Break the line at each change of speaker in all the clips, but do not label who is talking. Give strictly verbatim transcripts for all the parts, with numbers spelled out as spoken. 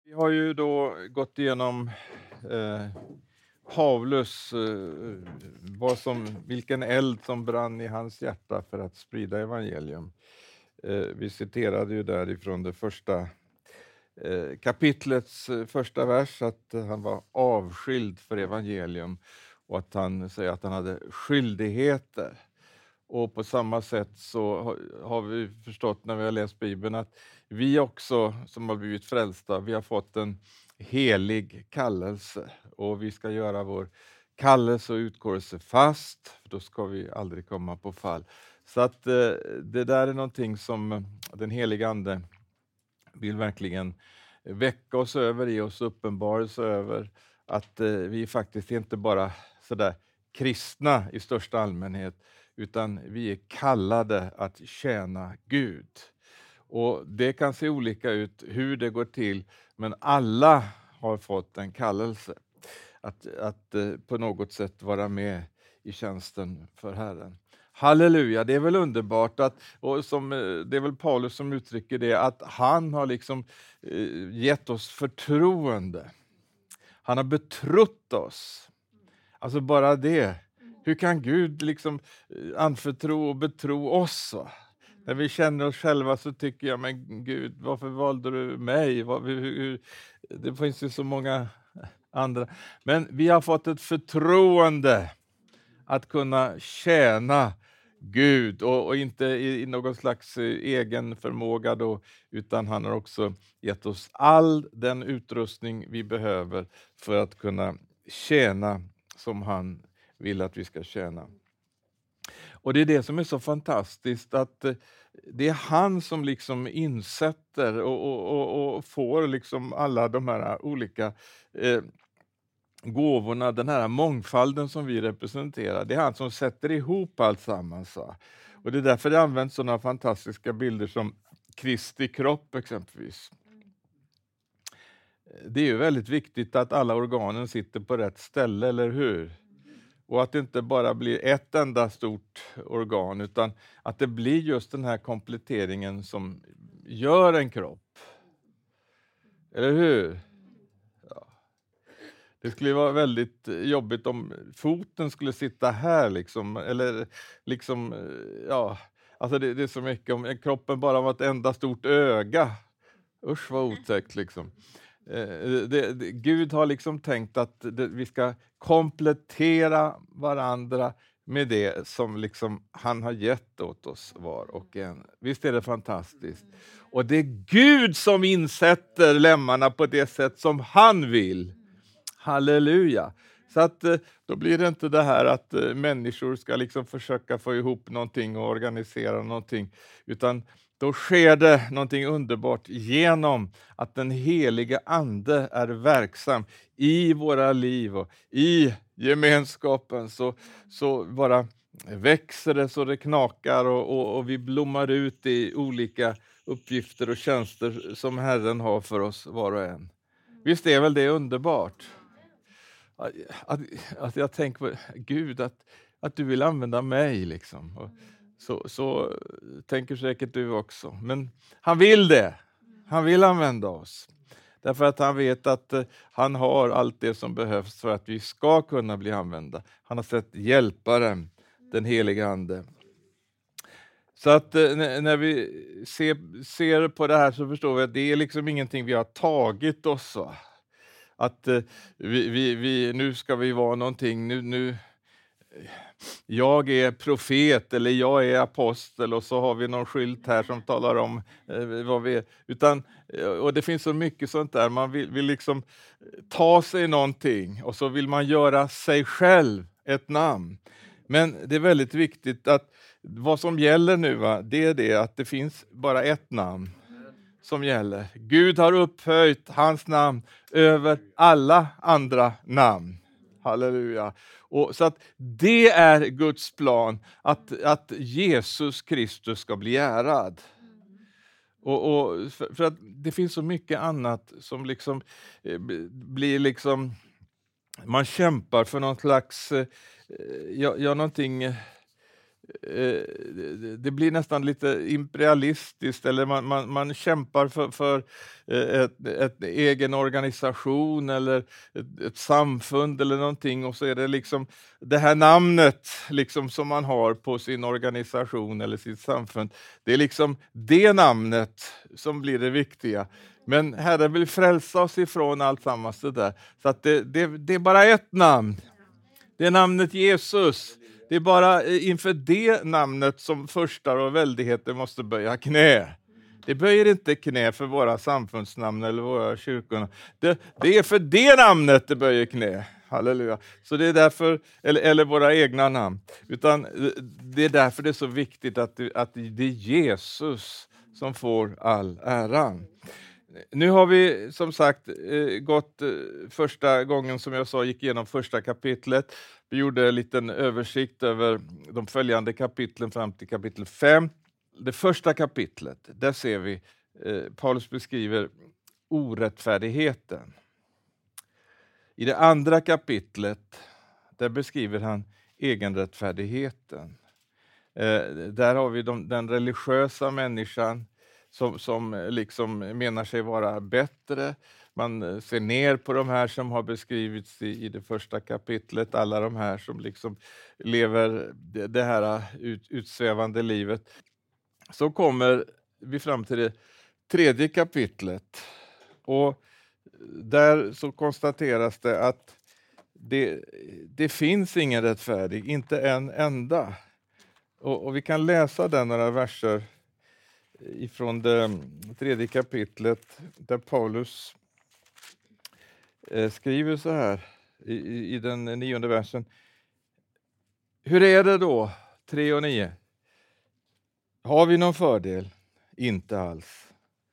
Vi har ju då gått igenom eh, Paulus, eh, vad som, vilken eld som brann i hans hjärta för att sprida evangelium. Eh, vi citerade ju därifrån det första eh, kapitlets eh, första vers, att eh, han var avskild för evangelium och att han säger att han hade skyldigheter. Och på samma sätt så har- har vi förstått när vi har läst Bibeln att vi också som har blivit frälsta, vi har fått en helig kallelse och vi ska göra vår kallelse och utkårelse fast, för då ska vi aldrig komma på fall. Så att eh, det där är någonting som eh, den heliga Ande vill verkligen väcka oss över, ge oss uppenbarelse över att eh, vi faktiskt inte bara sådär kristna i största allmänhet, utan vi är kallade att tjäna Gud. Och det kan se olika ut hur det går till, men alla har fått en kallelse att, att eh, på något sätt vara med i tjänsten för Herren. Halleluja, det är väl underbart att, och som, eh, det är väl Paulus som uttrycker det, att han har liksom eh, gett oss förtroende. Han har betrott oss. Alltså bara det. Hur kan Gud liksom eh, anförtro och betro oss? Va? När vi känner oss själva så tycker jag, men Gud, varför valde du mig? Vad, hur, hur, det finns ju så många andra. Men vi har fått ett förtroende att kunna tjäna Gud och, och inte i, i någon slags eh, egen förmåga då, utan han har också gett oss all den utrustning vi behöver för att kunna tjäna som han vill att vi ska tjäna. Och det är det som är så fantastiskt, att eh, det är han som liksom insätter och, och, och, och får liksom alla de här olika eh, gåvorna, den här mångfalden som vi representerar. Det är han som sätter ihop allt sammans. va. Och det är därför det används sådana fantastiska bilder som Kristi kropp exempelvis. Det är ju väldigt viktigt att alla organen sitter på rätt ställe, eller hur? Och att det inte bara blir ett enda stort organ, utan att det blir just den här kompletteringen som gör en kropp. Eller hur? Ja. Det skulle vara väldigt jobbigt om foten skulle sitta här liksom, eller liksom, ja, alltså det, det är så mycket, om kroppen bara var ett enda stort öga. Usch vad otäckt liksom. Eh, det, det, Gud har liksom tänkt att det, vi ska komplettera varandra med det som liksom han har gett åt oss var och en. Visst är det fantastiskt? Och det är Gud som insätter lemmarna på det sätt som han vill. Halleluja! Så att eh, då blir det inte det här att eh, människor ska liksom försöka få ihop någonting och organisera någonting, utan då sker det någonting underbart genom att den heliga ande är verksam i våra liv och i gemenskapen. Så, så bara växer det så det knakar och, och, och vi blommar ut i olika uppgifter och tjänster som Herren har för oss var och en. Visst är väl det underbart? Att, att, att jag tänker på Gud, att, att du vill använda mig liksom. Och så, så tänker säkert du också. Men han vill det. Han vill använda oss. Därför att han vet att eh, han har allt det som behövs för att vi ska kunna bli använda. Han har sett hjälparen, den heliga ande. Så att eh, n- när vi ser, ser på det här så förstår vi att det är liksom ingenting vi har tagit oss. Va? Att eh, vi, vi, vi, nu ska vi vara någonting, nu, nu, jag är profet eller jag är apostel och så har vi någon skylt här som talar om eh, vad vi är. Utan, eh, och det finns så mycket sånt där, man vill, vill liksom ta sig någonting och så vill man göra sig själv ett namn. Men det är väldigt viktigt att vad som gäller nu, va, det är det att det finns bara ett namn som gäller. Gud har upphöjt hans namn över alla andra namn. Halleluja. Och så att det är Guds plan, att, att Jesus Kristus ska bli ärad. Och, och för, för att det finns så mycket annat som liksom eh, blir liksom, man kämpar för någon slags, eh, ja, ja någonting, eh, det blir nästan lite imperialistiskt, eller man, man, man kämpar för, för ett, ett egen organisation eller ett, ett samfund eller någonting, och så är det liksom det här namnet liksom som man har på sin organisation eller sitt samfund. Det är liksom det namnet som blir det viktiga. Men Herren vill frälsa oss ifrån allt sammans det där. Så att det, det, det är bara ett namn. Det är namnet Jesus. Det är bara inför det namnet som förstar och väldigheter måste böja knä. Det böjer inte knä för våra samfundsnamn eller våra kyrkorna. Det, det är för det namnet det böjer knä. Halleluja. Så det är därför, eller, eller våra egna namn. Utan det är därför det är så viktigt att det, att det är Jesus som får all äran. Nu har vi som sagt gått första gången, som jag sa, gick igenom första kapitlet. Vi gjorde en liten översikt över de följande kapitlen fram till kapitel fem. Det första kapitlet, där ser vi eh, Paulus beskriver orättfärdigheten. I det andra kapitlet, där beskriver han egenrättfärdigheten. Eh, där har vi de, den religiösa människan som, som liksom menar sig vara bättre. Man ser ner på de här som har beskrivits i, i det första kapitlet. Alla de här som liksom lever det, det här ut, utsvävande livet. Så kommer vi fram till det tredje kapitlet. Och där så konstateras det att det, det finns ingen rättfärdig, inte en enda. Och, och vi kan läsa den några verser ifrån det tredje kapitlet, där Paulus eh, skriver så här i, i, i den nionde versen. Hur är det då, tre och nio? Har vi någon fördel? Inte alls.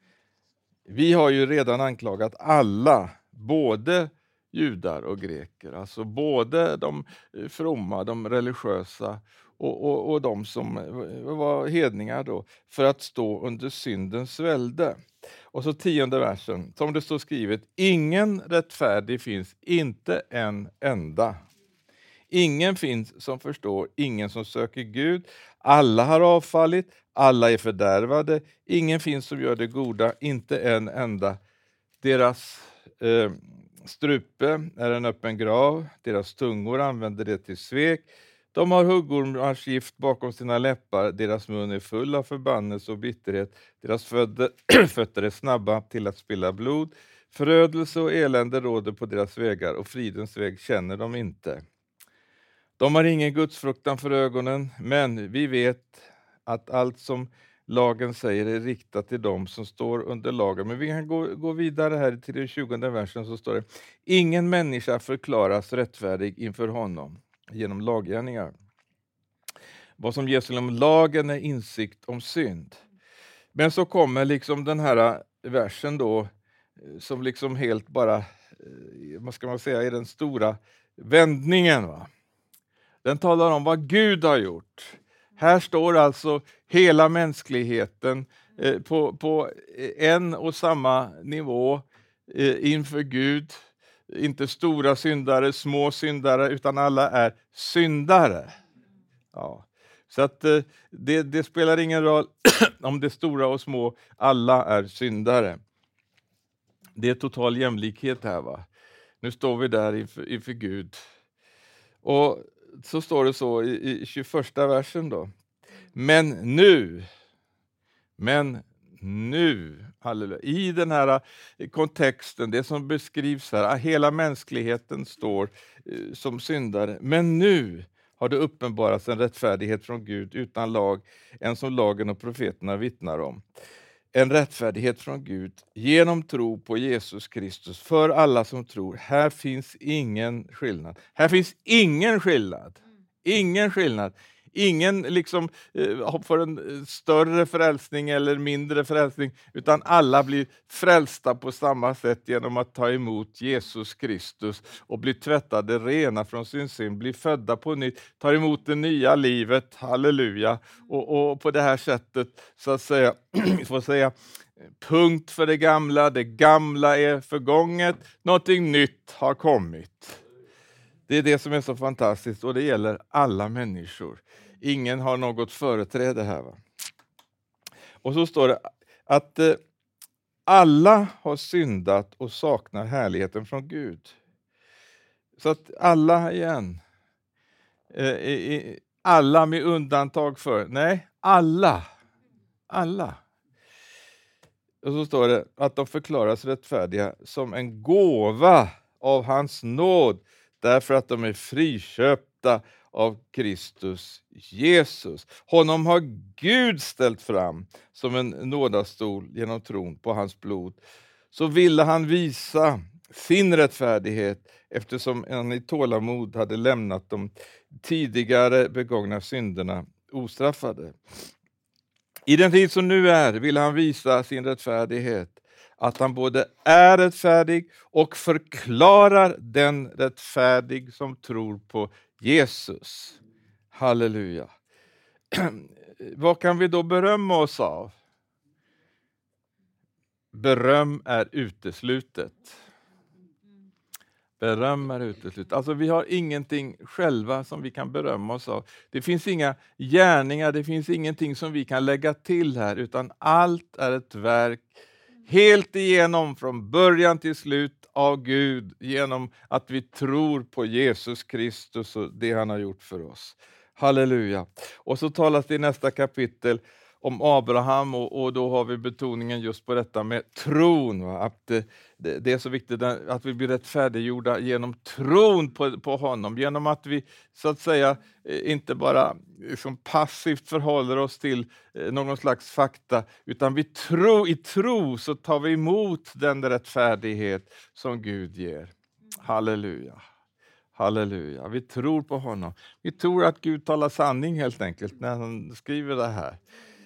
Vi har ju redan anklagat alla, både judar och greker, alltså både de fromma, de religiösa och, och, och de som var hedningar då, för att stå under syndens välde. Och så tionde versen, som det står skrivet: ingen rättfärdig finns, inte en enda. Ingen finns som förstår, ingen som söker Gud. Alla har avfallit, alla är fördärvade. Ingen finns som gör det goda, inte en enda. Deras eh, strupe är en öppen grav, deras tungor använder det till svek. De har huggormars gift bakom sina läppar, deras mun är full av förbannelse och bitterhet. Deras fötter, fötter är snabba till att spilla blod. Förödelse och elände råder på deras vägar, och fridens väg känner de inte. De har ingen gudsfruktan för ögonen, men vi vet att allt som lagen säger är riktat till dem som står under lagen. Men vi kan gå, gå vidare här till den tjugonde versen, så står det: ingen människa förklaras rättfärdig inför honom genom laggärningar. Vad som ges genom lagen är insikt om synd. Men så kommer liksom den här versen då, som liksom helt bara, vad ska man säga, är den stora vändningen, va? Den talar om vad Gud har gjort. Här står alltså hela mänskligheten eh, på, på en och samma nivå eh, inför Gud. Inte stora syndare, små syndare, utan alla är syndare. Ja. Så att eh, det, det spelar ingen roll om det är stora och små, alla är syndare. Det är total jämlikhet här, va? Nu står vi där inför, inför Gud. Och så står det så i, i tjugoförsta versen då. Men nu, men nu, halleluja, i den här kontexten, det som beskrivs här, hela mänskligheten står eh, som syndare. Men nu har det uppenbarats en rättfärdighet från Gud utan lag, en som lagen och profeterna vittnar om. En rättfärdighet från Gud genom tro på Jesus Kristus för alla som tror. Här finns ingen skillnad. Här finns ingen skillnad. Ingen skillnad. Ingen liksom eh, får en större frälsning eller mindre frälsning, utan alla blir frälsta på samma sätt genom att ta emot Jesus Kristus och bli tvättade rena från sin synd, bli födda på nytt, ta emot det nya livet, halleluja, och, och på det här sättet så att säga, får säga punkt för det gamla, det gamla är förgånget, någonting nytt har kommit. Det är det som är så fantastiskt, och det gäller alla människor. ingen har något företräde här. Va? Och så står det att eh, alla har syndat och saknar härligheten från Gud. Så att alla igen. Eh, alla med undantag för. Nej, alla. Alla. Och så står det att de förklaras rättfärdiga som en gåva av hans nåd. Därför att de är friköpta av Kristus Jesus. Honom har Gud ställt fram som en nådastol genom tron på hans blod. Så ville han visa sin rättfärdighet eftersom han i tålamod hade lämnat de tidigare begångna synderna ostraffade. I den tid som nu är vill han visa sin rättfärdighet, att han både är rättfärdig och förklarar den rättfärdig som tror på Jesus. Halleluja. Vad kan vi då berömma oss av? Beröm är uteslutet. Beröm är uteslutet. Alltså vi har ingenting själva som vi kan berömma oss av. Det finns inga gärningar, det finns ingenting som vi kan lägga till här, utan allt är ett verk helt igenom från början till slut av Gud, genom att vi tror på Jesus Kristus och det han har gjort för oss. Halleluja. Och så talas det i nästa kapitel om Abraham, och, och då har vi betoningen just på detta med tron. Va? Att det, det, det är så viktigt att vi blir rättfärdiggjorda genom tron på, på honom. Genom att vi så att säga inte bara liksom passivt förhåller oss till någon slags fakta, utan vi tro, i tro så tar vi emot den rättfärdighet som Gud ger. Halleluja. Halleluja. Vi tror på honom. Vi tror att Gud talar sanning helt enkelt när han skriver det här.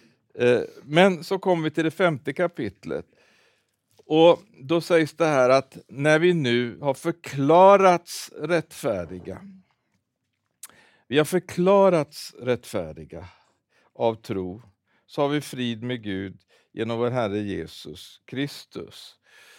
Men så kommer vi till det femte kapitlet. Och då sägs det här att när vi nu har förklarats rättfärdiga. Vi har förklarats rättfärdiga av tro. Så har vi frid med Gud genom vår Herre Jesus Kristus.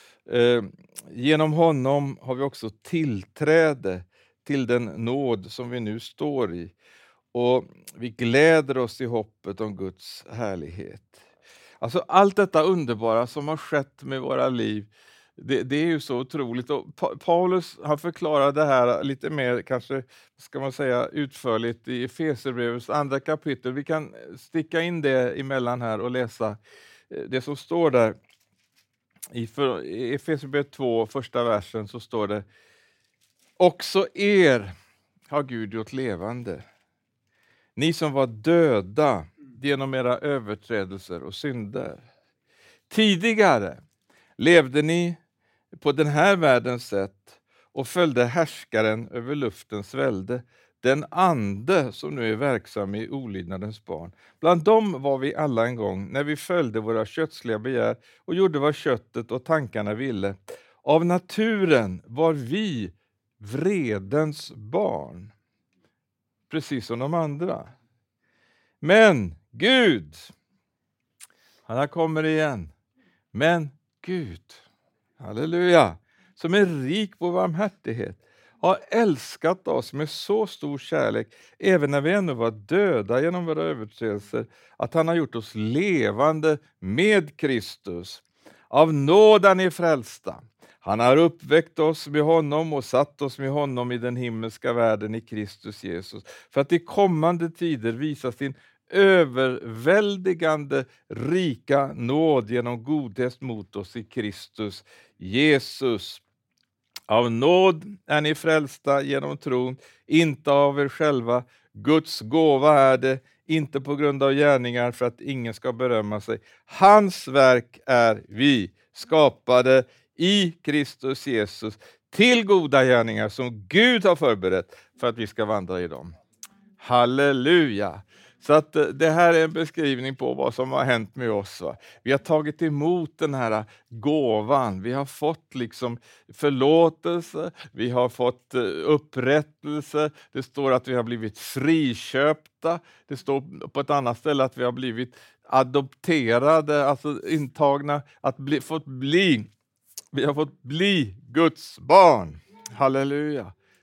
Genom honom har vi också tillträde till den nåd som vi nu står i. Och vi gläder oss i hoppet om Guds härlighet. Alltså allt detta underbara som har skett med våra liv, det, det är ju så otroligt. Och pa- Paulus har förklarat det här lite mer, kanske ska man säga utförligt, i Efesierbrevets andra kapitel. Vi kan sticka in det emellan här och läsa det som står där. I, för, i Efesierbrevet två, första versen, så står det: också er har Gud gjort levande. Ni som var döda genom era överträdelser och synder. Tidigare levde ni på den här världens sätt och följde härskaren över luftens välde, den ande som nu är verksam i olydnadens barn. Bland dem var vi alla en gång när vi följde våra kötsliga begär och gjorde vad köttet och tankarna ville. Av naturen var vi vredens barn, precis som de andra. Men Gud, han kommer igen, men Gud, halleluja, som är rik på barmhärtighet, har älskat oss med så stor kärlek, även när vi ännu var döda genom våra överträdelser, att han har gjort oss levande med Kristus. Av nåden är frälsta. Han har uppväckt oss med honom och satt oss med honom i den himmelska världen i Kristus Jesus, för att i kommande tider visa sin överväldigande rika nåd genom godhet mot oss i Kristus Jesus. Av nåd är ni frälsta genom tron, inte av er själva. Guds gåva är det, inte på grund av gärningar, för att ingen ska berömma sig. Hans verk är vi, skapade i Kristus Jesus, till goda gärningar som Gud har förberett för att vi ska vandra i dem. Halleluja! Så att det här är en beskrivning på vad som har hänt med oss. Va? Vi har tagit emot den här gåvan. Vi har fått liksom förlåtelse. Vi har fått upprättelse. Det står att vi har blivit friköpta. Det står på ett annat ställe att vi har blivit adopterade, alltså intagna, att bli, fått bli. Vi har fått bli Guds barn. Halleluja.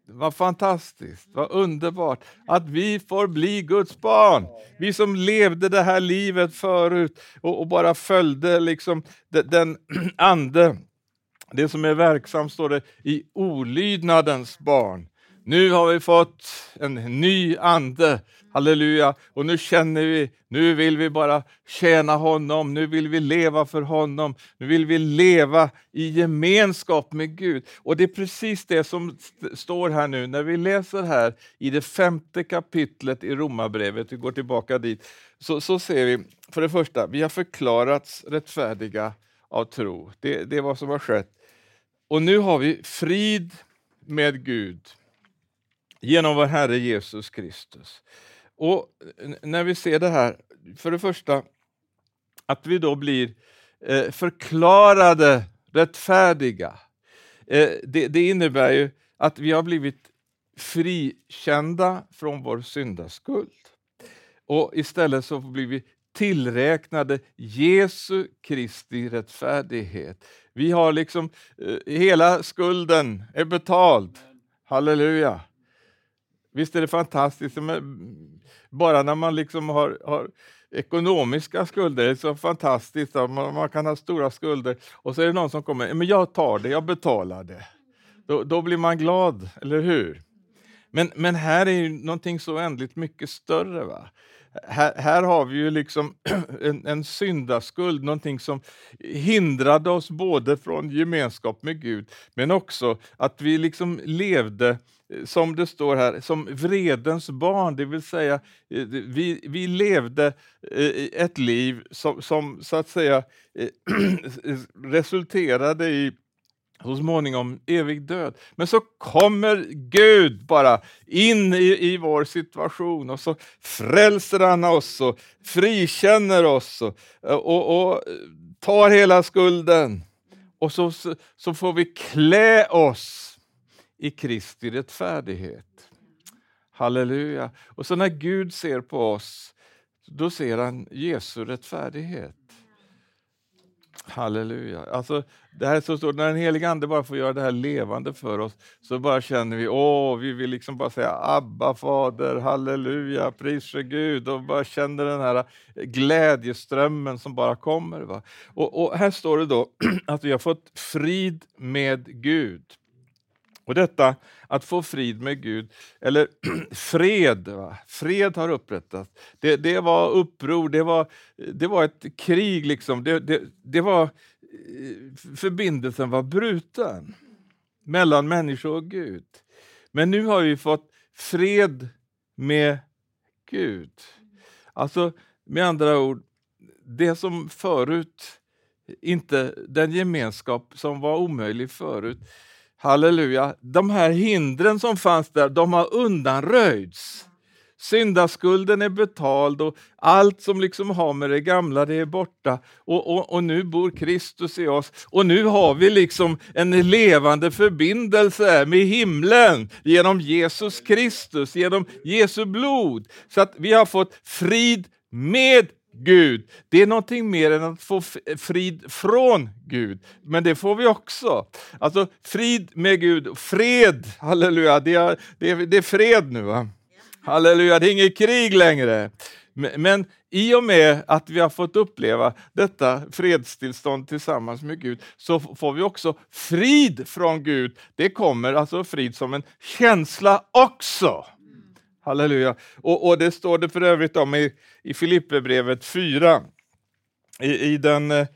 Vad fantastiskt, vad underbart att vi får bli Guds barn. Vi som levde det här livet förut och, och bara följde liksom den, den ande, det som är verksam, står det, i olydnadens barn. Nu har vi fått en ny ande, halleluja, och nu känner vi, nu vill vi bara tjäna honom, nu vill vi leva för honom, nu vill vi leva i gemenskap med Gud. Och det är precis det som st- står här nu, när vi läser här i det femte kapitlet i Romarbrevet, vi går tillbaka dit, så, så ser vi, för det första, vi har förklarats rättfärdiga av tro, det, det är vad som har skett. Och nu har vi frid med Gud genom vår Herre Jesus Kristus. Och när vi ser det här, för det första, att vi då blir eh, förklarade rättfärdiga. Eh, det, det innebär ju att vi har blivit frikända från vår syndaskuld. Och istället så blir vi tillräknade Jesu Kristi rättfärdighet. Vi har liksom, eh, hela skulden är betald. Halleluja. Visst är det fantastiskt, men bara när man liksom har, har ekonomiska skulder, det är så fantastiskt. Man, man kan ha stora skulder och så är det någon som kommer, men jag tar det, jag betalar det. Då, då blir man glad, eller hur? Men, men här är ju någonting så oändligt mycket större, va? Här, här har vi ju liksom en, en syndaskuld, någonting som hindrade oss både från gemenskap med Gud, men också att vi liksom levde, som det står här, som vredens barn, det vill säga vi, vi levde ett liv som, som så att säga resulterade i så småningom evig död. Men så kommer Gud bara in i, i vår situation och så frälser han oss och frikänner oss och, och, och tar hela skulden. Och så, så, så får vi klä oss i Kristi rättfärdighet. Halleluja. Och så när Gud ser på oss, då ser han Jesu rättfärdighet. Halleluja. Alltså, det här är så stort. När den helige ande bara får göra det här levande för oss, så bara känner vi, åh, vi vill liksom bara säga Abba fader, halleluja, pris för Gud, och bara känner den här glädjeströmmen som bara kommer. Va? Och, och här står det då att vi har fått frid med Gud. Och detta, att få frid med Gud, eller fred, va? Fred har upprättats. Det, det var uppror, det var, det var ett krig, liksom. det, det, det var, förbindelsen var bruten mellan människor och Gud. Men nu har vi fått fred med Gud. Alltså, med andra ord, det som förut, inte den gemenskap som var omöjlig förut, halleluja, de här hindren som fanns där, de har undanröjts. Syndaskulden är betald och allt som liksom har med det gamla, det är borta. Och, och, och nu bor Kristus i oss. Och nu har vi liksom en levande förbindelse med himlen genom Jesus Kristus, genom Jesu blod. Så att vi har fått frid med Gud. Det är någonting mer än att få frid från Gud. Men det får vi också. Alltså frid med Gud. Fred, halleluja. Det är, det är, det är fred nu, va? Halleluja, det är inget krig längre. Men, men i och med att vi har fått uppleva detta fredstillstånd tillsammans med Gud, så får vi också frid från Gud. Det kommer alltså frid som en känsla också. Halleluja. Och, och det står det för övrigt om i, i Filipperbrevet fyra. I, i den eh,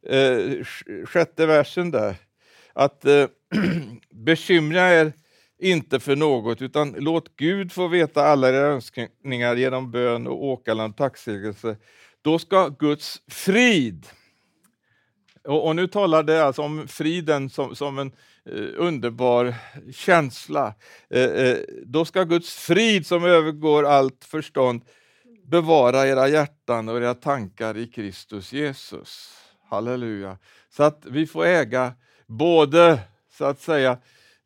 sjätte versen där. Att eh, bekymra er inte för något, utan låt Gud få veta alla era önskningar genom bön och åkallan tacksägelse. Då ska Guds frid, och, och nu talar det alltså om friden som, som en eh, underbar känsla. Eh, eh, då ska Guds frid som övergår allt förstånd bevara era hjärtan och era tankar i Kristus Jesus. Halleluja. Så att vi får äga både, så att säga,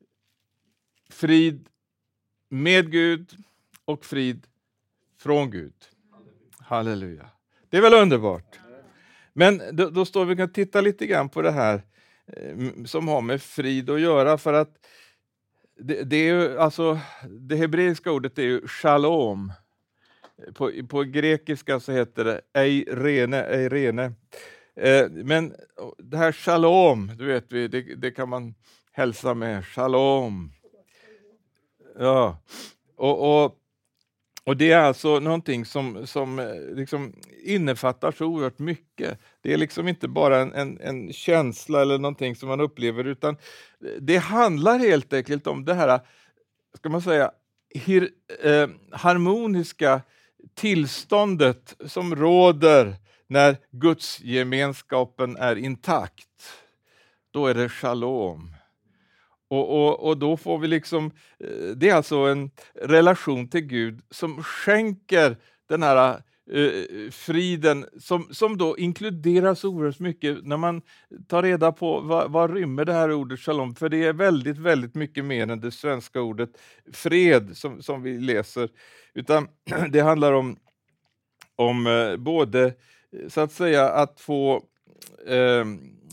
frid med Gud och frid från Gud. Halleluja. Det är väl underbart. Men då, då står vi kan titta lite grann på det här eh, som har med frid att göra, för att det, det är ju alltså, det hebreiska ordet är ju shalom. På, på grekiska så heter det eirene, eirene. Eh, men det här shalom, du vet vi, det, det kan man hälsa med shalom. Ja, och, och, och det är alltså någonting som, som liksom innefattar så oerhört mycket. Det är liksom inte bara en, en, en känsla eller någonting som man upplever, utan det handlar helt enkelt om det här, ska man säga, hir, eh, harmoniska tillståndet som råder när Guds gemenskapen är intakt. Då är det shalom. Och, och, och då får vi liksom, det är alltså en relation till Gud som skänker den här eh, friden som, som då inkluderar så oerhört mycket när man tar reda på vad, vad rymmer det här ordet shalom. För det är väldigt, väldigt mycket mer än det svenska ordet fred som, som vi läser. Utan det handlar om, om eh, både så att säga att få eh,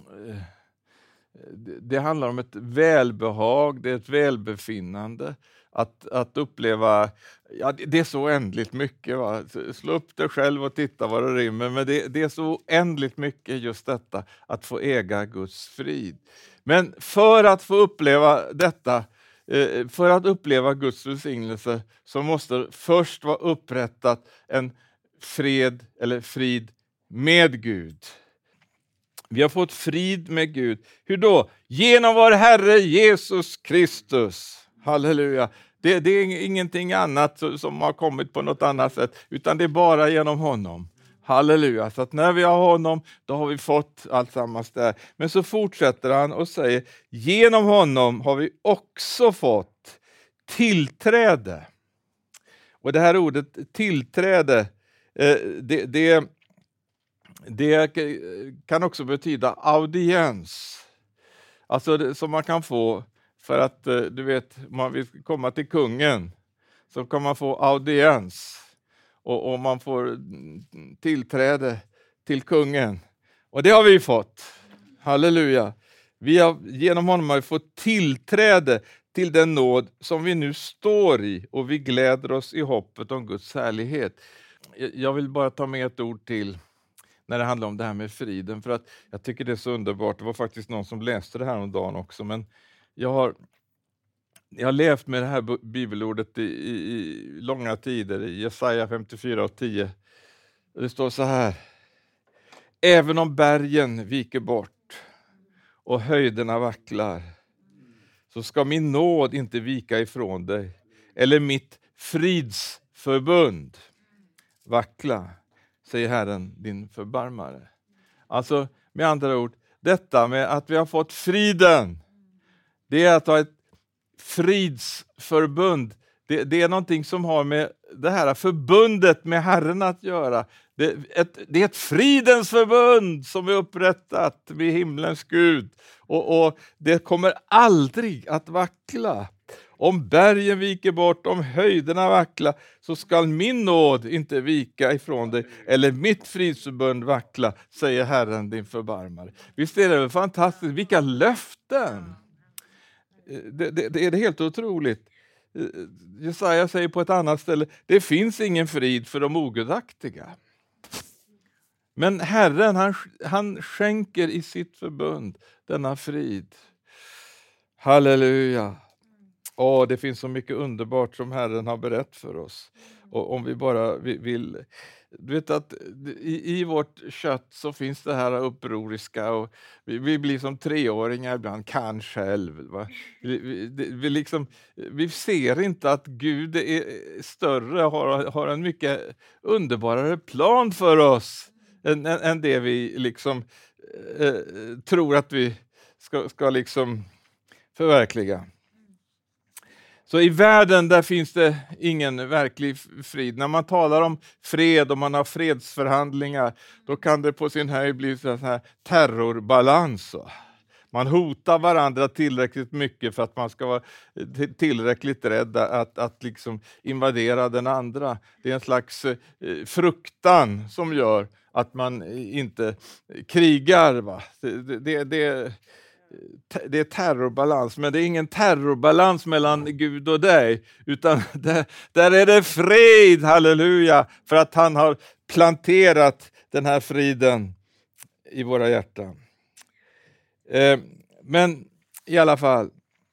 det handlar om ett välbehag, det är ett välbefinnande. Att, att uppleva, ja, det är så oändligt mycket. Va? Slå upp det själv och titta vad det rymmer. Men det, det är så oändligt mycket just detta, att få äga Guds frid. Men för att få uppleva detta, för att uppleva Guds välsignelse, så måste först vara upprättat en fred eller frid med Gud. Vi har fått frid med Gud. Hur då? Genom vår Herre Jesus Kristus. Halleluja. Det, det är ingenting annat som har kommit på något annat sätt, utan det är bara genom honom. Halleluja. Så att när vi har honom, då har vi fått allt sammans där. Men så fortsätter han och säger, genom honom har vi också fått tillträde. Och det här ordet tillträde, det, det Det kan också betyda audiens. Alltså det, som man kan få för att, du vet, man vill komma till kungen. Så kan man få audiens. Och, och man får tillträde till kungen. Och det har vi fått. Halleluja. Vi har, genom honom har vi fått tillträde till den nåd som vi nu står i. Och vi gläder oss i hoppet om Guds härlighet. Jag vill bara ta med ett ord till när det handlar om det här med friden, för att jag tycker det är så underbart. Det var faktiskt någon som läste det här om dagen också, men jag har, jag har levt med det här bibelordet i, i, i långa tider, i Jesaja femtiofyra och tio. Det står så här: även om bergen viker bort och höjderna vacklar, så ska min nåd inte vika ifrån dig, eller mitt fridsförbund vackla, säger Herren din förbarmare. Alltså med andra ord, detta med att vi har fått friden, det är att ha ett fridsförbund. Det, det är någonting som har med det här förbundet med Herren att göra. Det, ett, det är ett fridens förbund som är upprättat med himlens Gud. Och, och det kommer aldrig att vackla. Om bergen viker bort, om höjderna vackla, så skall min nåd inte vika ifrån dig, eller mitt fridsförbund vackla, säger Herren din förbarmare. Visst är det väl fantastiskt? Vilka löften! Det, det, det är det helt otroligt. Jesaja säger på ett annat ställe, det finns ingen frid för de ogudaktiga. Men Herren, han, han skänker i sitt förbund denna frid. Halleluja! Åh, det finns så mycket underbart som Herren har berättat för oss. Och om vi bara vill... Du vet att i, i vårt kött så finns det här upproriska, och vi, vi blir som treåringar ibland, kan själv. Va? Vi, vi, vi, liksom, vi ser inte att Gud är större, har, har en mycket underbarare plan för oss än, än, än det vi liksom eh, tror att vi ska, ska liksom förverkliga. Så i världen där finns det ingen verklig frid. När man talar om fred och man har fredsförhandlingar, då kan det på sin höjd bli så här terrorbalans. Man hotar varandra tillräckligt mycket för att man ska vara tillräckligt rädd att, att liksom invadera den andra. Det är en slags eh, fruktan som gör att man inte krigar. Va? Det, det, det, det är terrorbalans, men det är ingen terrorbalans mellan Gud och dig, utan där, där är det frid, halleluja, för att han har planterat den här friden i våra hjärtan. Eh, men i alla fall,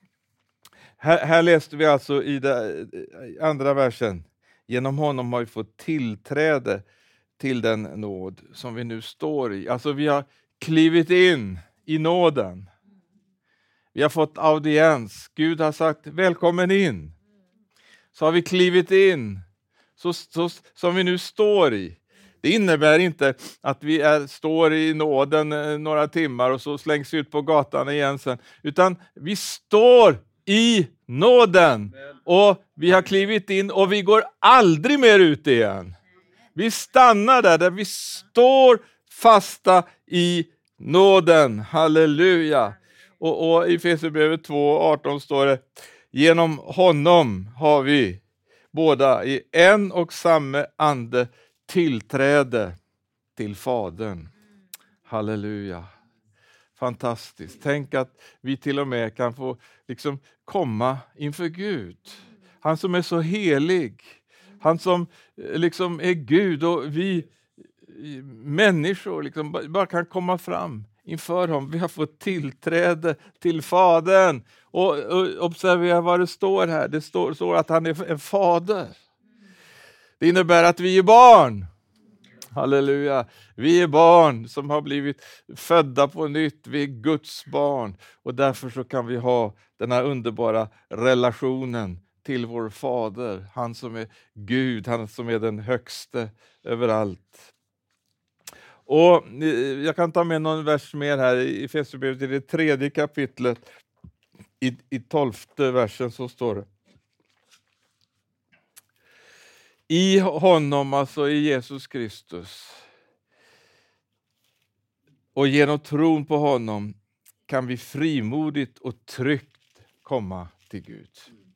här, här läste vi alltså i det, andra versen, genom honom har vi fått tillträde till den nåd som vi nu står i. Alltså vi har klivit in i nåden. Vi har fått audiens. Gud har sagt välkommen in. Så har vi klivit in. Så, så, som vi nu står i. Det innebär inte att vi är, står i nåden några timmar och så slängs vi ut på gatan igen sen. Utan vi står i nåden. Och vi har klivit in och vi går aldrig mer ut igen. Vi stannar där, där vi står fasta i nåden. Halleluja. Och, och i Efesierbrevet två arton står det: genom honom har vi båda i en och samma ande tillträde till Fadern. Halleluja. Fantastiskt. Tänk att vi till och med kan få liksom komma inför Gud. Han som är så helig. Han som liksom är Gud, och vi människor liksom bara kan komma fram inför honom. Vi har fått tillträde till Fadern. Och, och observera vad det står här. Det står, står att han är en fader. Det innebär att vi är barn. Halleluja. Vi är barn som har blivit födda på nytt. Vi är Guds barn. Och därför så kan vi ha den här underbara relationen till vår fader. Han som är Gud. Han som är den högste överallt. Och jag kan ta med någon vers mer här i Efesierbrevet, i det tredje kapitlet, i, i tolfte versen så står det: i honom, alltså i Jesus Kristus, och genom tron på honom kan vi frimodigt och tryggt komma till Gud.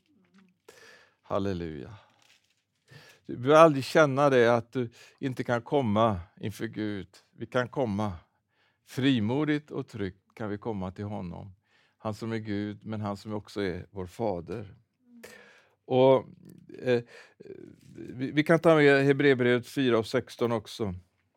Halleluja. Du behöver aldrig känna det att du inte kan komma inför Gud. Vi kan komma frimodigt och tryggt, kan vi komma till honom. Han som är Gud, men han som också är vår fader. Och eh, vi, vi kan ta med Hebreerbrevet fyra och sexton också.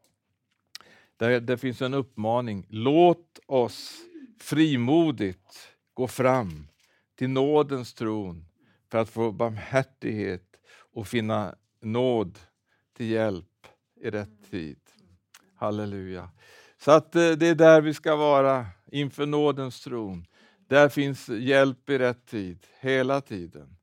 Där det finns en uppmaning: låt oss frimodigt gå fram till nådens tron för att få barmhärtighet och finna nåd till hjälp i rätt tid. Halleluja. Så att det är där vi ska vara, inför nådens tron. Där finns hjälp i rätt tid, hela tiden.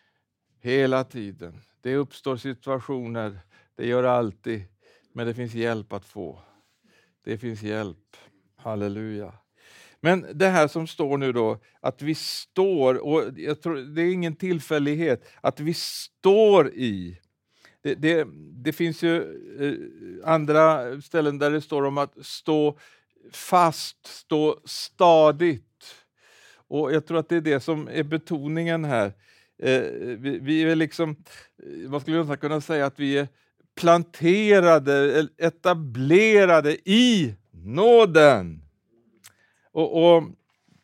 Hela tiden. Det uppstår situationer, det gör alltid, men det finns hjälp att få. Det finns hjälp. Halleluja. Men det här som står nu då, att vi står, och jag tror det är ingen tillfällighet, att vi står i. Det, det, det finns ju eh, andra ställen där det står om att stå fast, stå stadigt. Och jag tror att det är det som är betoningen här. Eh, vi, vi är liksom, vad skulle jag kunna säga, att vi är planterade, etablerade i nåden. Och, och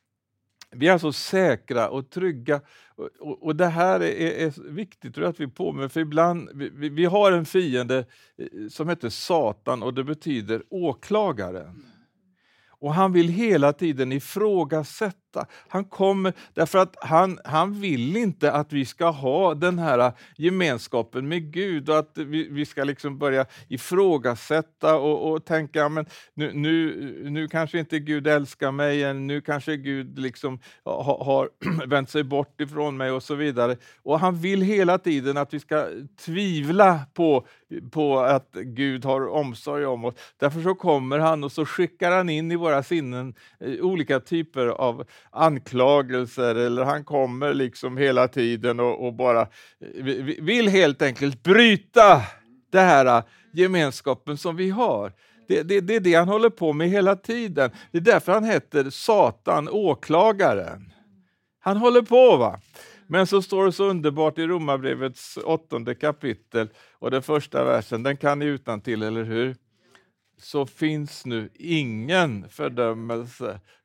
vi är så säkra och trygga. Och, och, och det här är, är viktigt, tror jag, att vi påminner. För ibland, vi, vi har en fiende som heter Satan, och det betyder åklagaren. Och han vill hela tiden ifrågasätta. Han kommer, därför att han, han vill inte att vi ska ha den här gemenskapen med Gud. Och att vi, vi ska liksom börja ifrågasätta och, och tänka, men nu, nu, nu kanske inte Gud älskar mig. Än, nu kanske Gud liksom har, har vänt sig bort ifrån mig och så vidare. Och han vill hela tiden att vi ska tvivla på, på att Gud har omsorg om oss. Därför så kommer han och så skickar han in i våra sinnen olika typer av anklagelser, eller han kommer liksom hela tiden och, och bara vill helt enkelt bryta det här gemenskapen som vi har. Det, det, det är det han håller på med hela tiden. Det är därför han heter Satan, åklagaren. Han håller på, va? Men så står det så underbart i Romarbrevets åttonde kapitel och den första versen, den kan ni utantill, eller hur? Så finns nu ingen fördömelse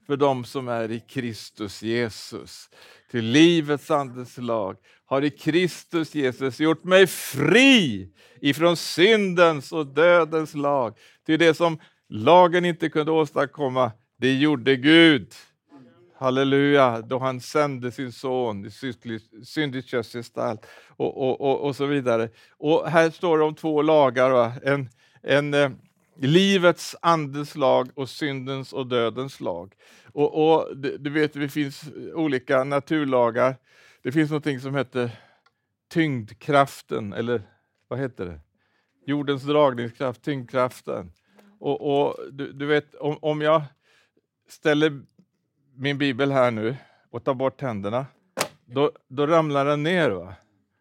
för de som är i Kristus Jesus. Till livets andes lag har i Kristus Jesus gjort mig fri ifrån syndens och dödens lag. Till det som lagen inte kunde åstadkomma, det gjorde Gud. Halleluja, då han sände sin son i syndigt kötsgestalt och, och, och, och så vidare. Och här står det om två lagar, va? En, en eh, livets andes lag och syndens och dödens lag. Och, och du, du vet, det finns olika naturlagar. Det finns något som heter tyngdkraften, eller vad heter det? Jordens dragningskraft, tyngdkraften. Och, och du, du vet, om, om jag ställer min bibel här nu och tar bort händerna, då, då ramlar den ner, va?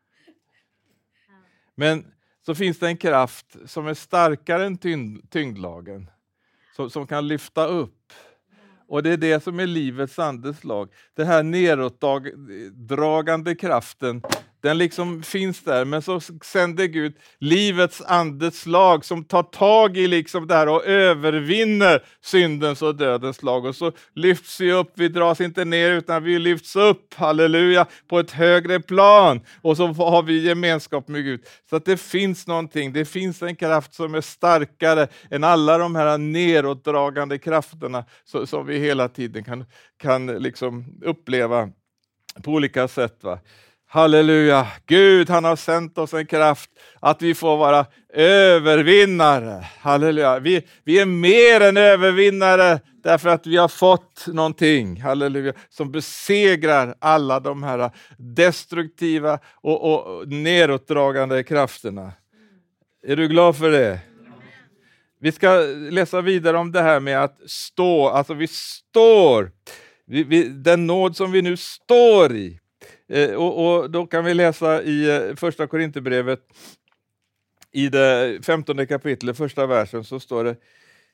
Men så finns det en kraft som är starkare än tyngd, tyngdlagen, som, som kan lyfta upp. Och det är det som är livets andes lag. Den här nedåtdragande kraften, den liksom finns där, men så sänder Gud livets andes lag som tar tag i liksom det här och övervinner syndens och dödens lag. Och så lyfts vi upp, vi dras inte ner utan vi lyfts upp, halleluja, på ett högre plan. Och så har vi gemenskap med Gud. Så att det finns någonting, det finns en kraft som är starkare än alla de här nedåtdragande krafterna så, som vi hela tiden kan, kan liksom uppleva på olika sätt, va? Halleluja, Gud han har sänt oss en kraft att vi får vara övervinnare. Halleluja, vi, vi är mer än övervinnare därför att vi har fått någonting, halleluja, som besegrar alla de här destruktiva och, och nedåtdragande krafterna. Är du glad för det? Vi ska läsa vidare om det här med att stå, alltså vi står, vi, vi, den nåd som vi nu står i. Eh, och, och då kan vi läsa i eh, första Korinthierbrevet i det femtonde kapitlet, första versen, så står det: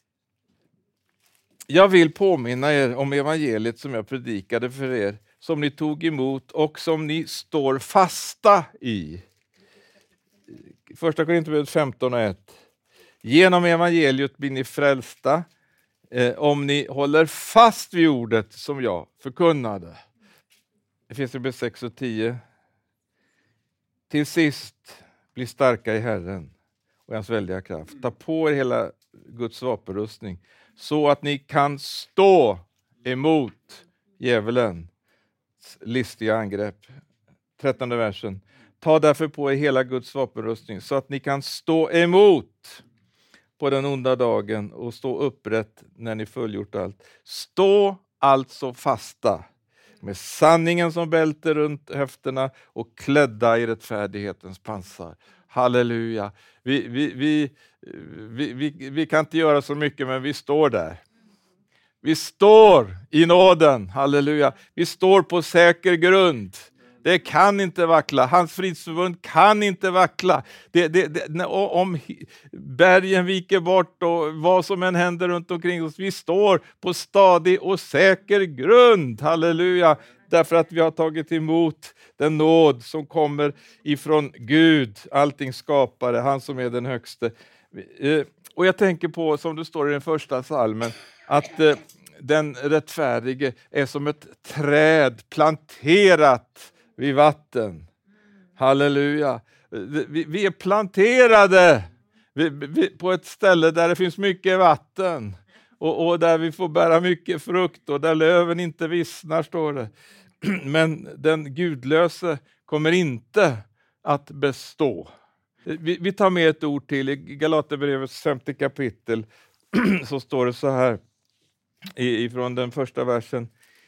jag vill påminna er om evangeliet som jag predikade för er, som ni tog emot och som ni står fasta i. Första Korinthierbrevet femton och ett. Genom evangeliet blir ni frälsta eh, om ni håller fast vid ordet som jag förkunnade. Efesierbrevet sex och tio. Till sist, bli starka i Herren och hans väldiga kraft. Ta på er hela Guds vapenrustning så att ni kan stå emot djävulen listiga angrepp. trettonde versen. Ta därför på er hela Guds vapenrustning så att ni kan stå emot på den onda dagen och stå upprätt när ni fullgjort allt. Stå alltså fasta med sanningen som bälte runt höfterna och klädda i rättfärdighetens pansar. Halleluja. Vi, vi, vi, vi, vi, vi kan inte göra så mycket, men vi står där. Vi står i nåden. Halleluja. Vi står på säker grund. Det kan inte vackla. Hans fridsförbund kan inte vackla. Det, det, det, om bergen viker bort och vad som än händer runt omkring oss. Vi står på stadig och säker grund. Halleluja. Därför att vi har tagit emot den nåd som kommer ifrån Gud. Allting skapare. Han som är den högste. Och jag tänker på, som det står i den första salmen, att den rättfärdige är som ett träd planterat vid vatten. Halleluja. Vi, vi är planterade vi, vi, på ett ställe där det finns mycket vatten. Och, och där vi får bära mycket frukt och där löven inte vissnar, står det. Men den gudlöse kommer inte att bestå. Vi, vi tar med ett ord till i Galaterbrevets femte kapitel. Så står det så här ifrån den första versen.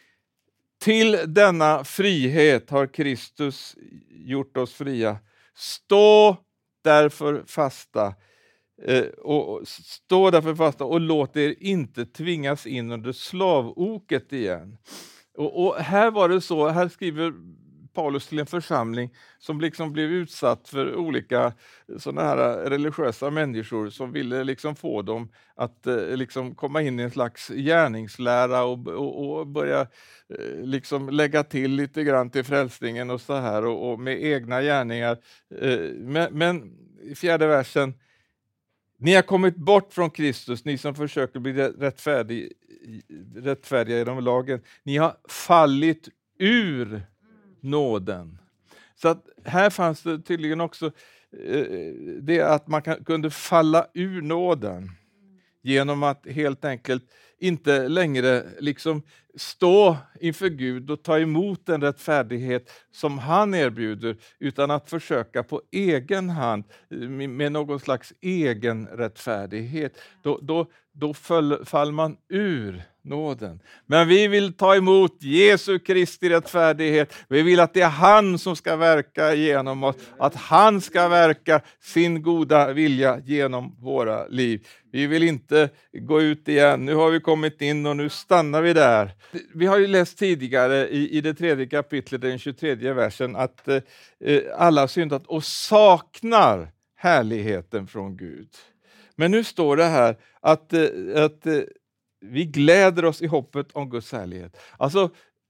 Till denna frihet har Kristus gjort oss fria. Stå därför fasta. Eh, och stå därför fasta och låt er inte tvingas in under slavoket igen. Och, och här var det så, här skriver Paulus till en församling som liksom blev utsatt för olika sådana här religiösa människor som ville liksom få dem att eh, liksom komma in i en slags gärningslära och, och, och börja eh, liksom lägga till lite grann till frälsningen och så här och, och med egna gärningar. Eh, men, men i fjärde versen: ni har kommit bort från Kristus, ni som försöker bli rättfärdig, rättfärdiga genom lagen. Ni har fallit ur nåden. Så att här fanns det tydligen också eh, det att man kan, kunde falla ur nåden genom att helt enkelt inte längre liksom stå inför Gud och ta emot den rättfärdighet som han erbjuder, utan att försöka på egen hand med någon slags egen rättfärdighet. Då, då, då föll, fall man ur nåden. Men vi vill ta emot Jesu Kristi rättfärdighet. Vi vill att det är han som ska verka genom oss. Att han ska verka sin goda vilja genom våra liv. Vi vill inte gå ut igen. Nu har vi kommit in och nu stannar vi där. Vi har ju läst tidigare i, i det tredje kapitlet, den tjugotredje versen, att eh, alla syndat och saknar härligheten från Gud. Men nu står det här att, eh, att eh, vi gläder oss i hoppet om Guds härlighet. Alltså,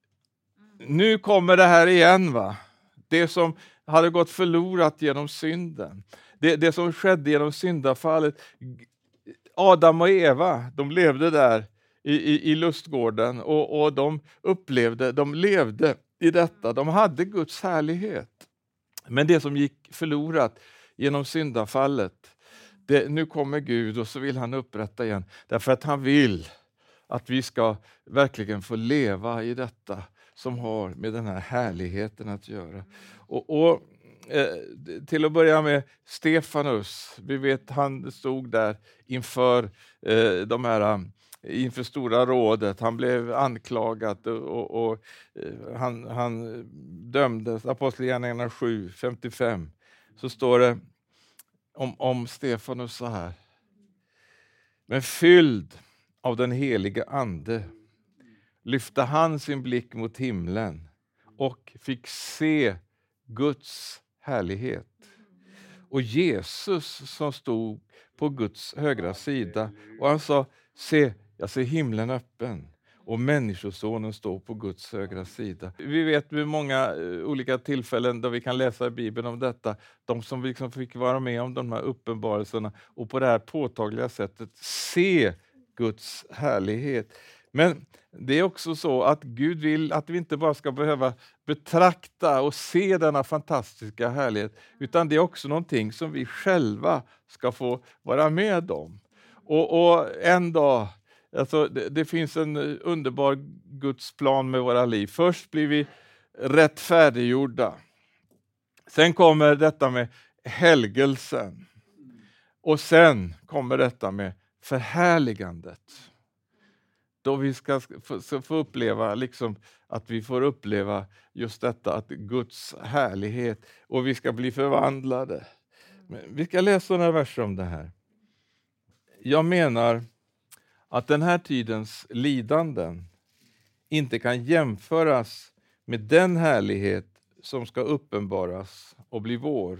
nu kommer det här igen, va? Det som hade gått förlorat genom synden. Det, det som skedde genom syndafallet. Adam och Eva, de levde där i, i, i lustgården och, och de upplevde, de levde i detta. De hade Guds härlighet. Men det som gick förlorat genom syndafallet, det, nu kommer Gud och så vill han upprätta igen. Därför att han vill att vi ska verkligen få leva i detta som har med den här härligheten att göra. Och, och eh, till att börja med Stefanus, vi vet han stod där inför eh, de här inför stora rådet. Han blev anklagad och, och, och eh, han, han dömdes. Apostlagärningarna sju femtiofem så står det om, om Stefanus så här: men fylld av den heliga ande lyfte han sin blick mot himlen och fick se Guds härlighet. Och Jesus som stod på Guds högra sida, och han sa: se, jag ser himlen öppen och människosonen står på Guds högra sida. Vi vet vid många olika tillfällen där vi kan läsa i Bibeln om detta, de som liksom fick vara med om de här uppenbarelserna och på det här påtagliga sättet se Guds härlighet. Men det är också så att Gud vill att vi inte bara ska behöva betrakta och se denna fantastiska härlighet, utan det är också någonting som vi själva ska få vara med om. Och, och en dag, alltså det, det finns en underbar Guds plan med våra liv. Först blir vi rättfärdiggjorda. Sen kommer detta med helgelsen. Och sen kommer detta med förhärligandet. Då vi ska få, få uppleva liksom att vi får uppleva just detta, att Guds härlighet, och vi ska bli förvandlade. Men vi ska läsa några verser om det här. Jag menar att den här tidens lidanden inte kan jämföras med den härlighet som ska uppenbaras och bli vår.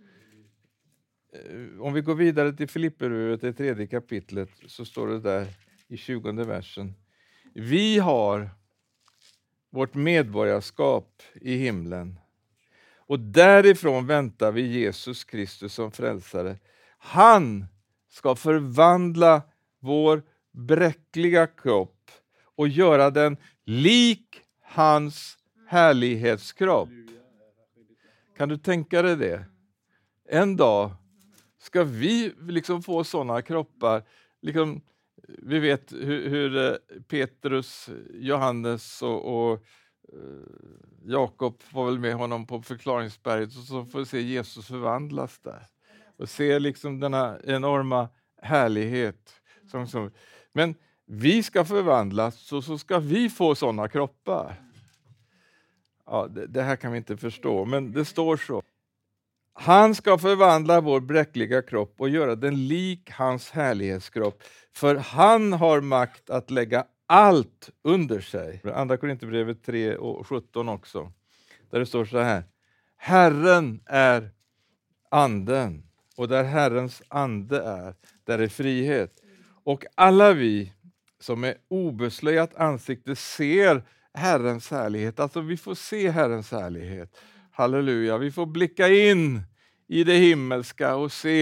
Om vi går vidare till Filipperbrevet, det tredje kapitlet, så står det där i tjugonde versen: vi har vårt medborgarskap i himlen och därifrån väntar vi Jesus Kristus som frälsare. Han ska förvandla vår bräckliga kropp och göra den lik hans härlighetskropp. Kan du tänka dig det? En dag ska vi liksom få sådana kroppar. Liksom, vi vet hur, hur Petrus, Johannes och, och Jakob var väl med honom på förklaringsberget, och så får vi se Jesus förvandlas där. Och se liksom denna enorma härlighet. Som, som. Men vi ska förvandlas, så, så ska vi få sådana kroppar. Ja, det, det här kan vi inte förstå, men det står så. Han ska förvandla vår bräckliga kropp och göra den lik hans härlighetskropp. För han har makt att lägga allt under sig. Andra Korinthierbrevet tre och sjutton också. Där det står så här: Herren är anden, och där Herrens ande är, där är frihet. Och alla vi som är obeslöjat ansikte ser Herrens härlighet. Alltså vi får se Herrens härlighet. Halleluja, vi får blicka in i det himmelska och se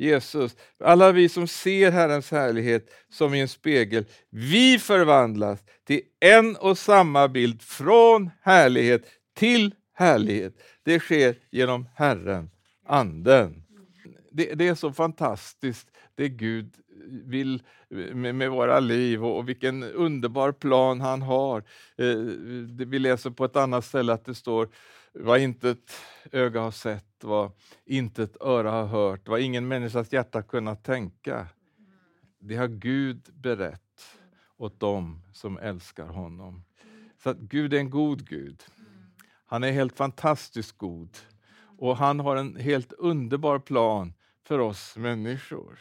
Jesus. Alla vi som ser Herrens härlighet som i en spegel, vi förvandlas till en och samma bild från härlighet till härlighet. Det sker genom Herren, Anden. Det, det är så fantastiskt det Gud vill med, med våra liv och, och vilken underbar plan han har. Eh, det, vi läser på ett annat ställe att det står vad inte ett öga har sett, vad inte ett öra har hört, vad ingen människas hjärta kunnat tänka. Det har Gud berett åt dem som älskar honom. Så att Gud är en god Gud. Han är helt fantastiskt god. Och han har en helt underbar plan för oss människor.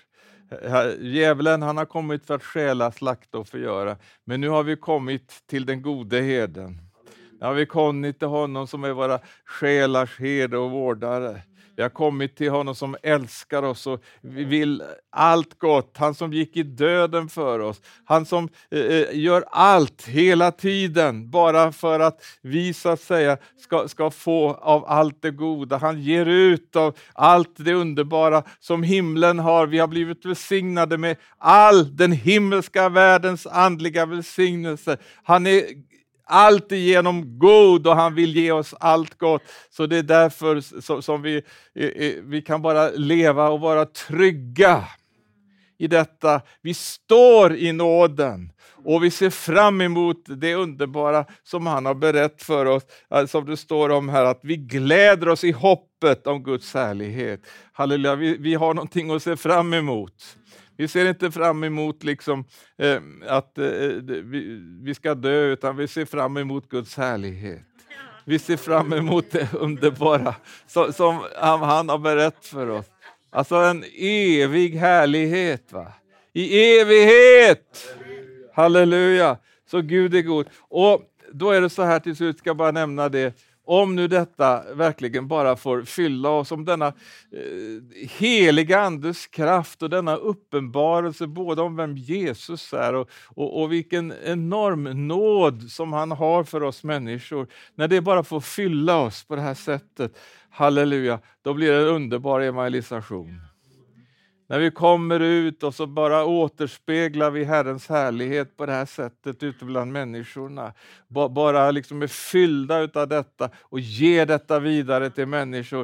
Djävulen, han har kommit för att stjäla, slakta och förgöra. Men nu har vi kommit till den gode herden. Nu har vi kommit till honom som är våra själars herde och vårdare. Vi har kommit till honom som älskar oss och vi vill allt gott. Han som gick i döden för oss. Han som eh, gör allt hela tiden bara för att vi så att säga ska, ska få av allt det goda. Han ger ut av allt det underbara som himlen har. Vi har blivit välsignade med all den himmelska världens andliga välsignelse. Han är allt igenom god och han vill ge oss allt gott. Så det är därför som vi, vi kan bara leva och vara trygga i detta. Vi står i nåden och vi ser fram emot det underbara som han har berättat för oss. Som det står om här, att vi gläder oss i hoppet om Guds härlighet. Halleluja, vi, vi har någonting att se fram emot. Vi ser inte fram emot liksom, eh, att eh, vi, vi ska dö, utan vi ser fram emot Guds härlighet. Vi ser fram emot det underbara som, som han, han har berättat för oss. Alltså en evig härlighet, va? I evighet! Halleluja! Så Gud är god. Och då är det så här till slut, ska jag bara nämna det. Om nu detta verkligen bara får fylla oss, om denna eh, heliga andes kraft och denna uppenbarelse både om vem Jesus är och, och, och vilken enorm nåd som han har för oss människor. När det bara får fylla oss på det här sättet, halleluja, då blir det en underbar evangelisation. När vi kommer ut och så bara återspeglar vi Herrens härlighet på det här sättet ute bland människorna. Bara liksom är fyllda av detta och ger detta vidare till människor.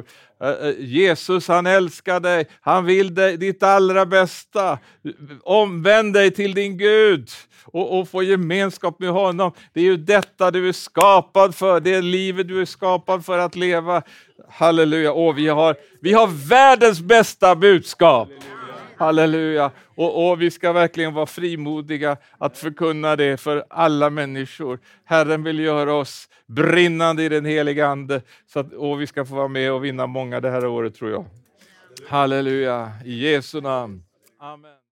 Jesus, han älskar dig. Han vill dig, ditt allra bästa. Omvänd dig till din Gud och, och få gemenskap med honom. Det är ju detta du är skapad för. Det är livet du är skapad för att leva. Halleluja. Och vi har, vi har världens bästa budskap. Halleluja. Och, och vi ska verkligen vara frimodiga att förkunna det för alla människor. Herren vill göra oss brinnande i den heliga ande. Så att, och vi ska få vara med och vinna många det här året, tror jag. Halleluja. I Jesu namn. Amen.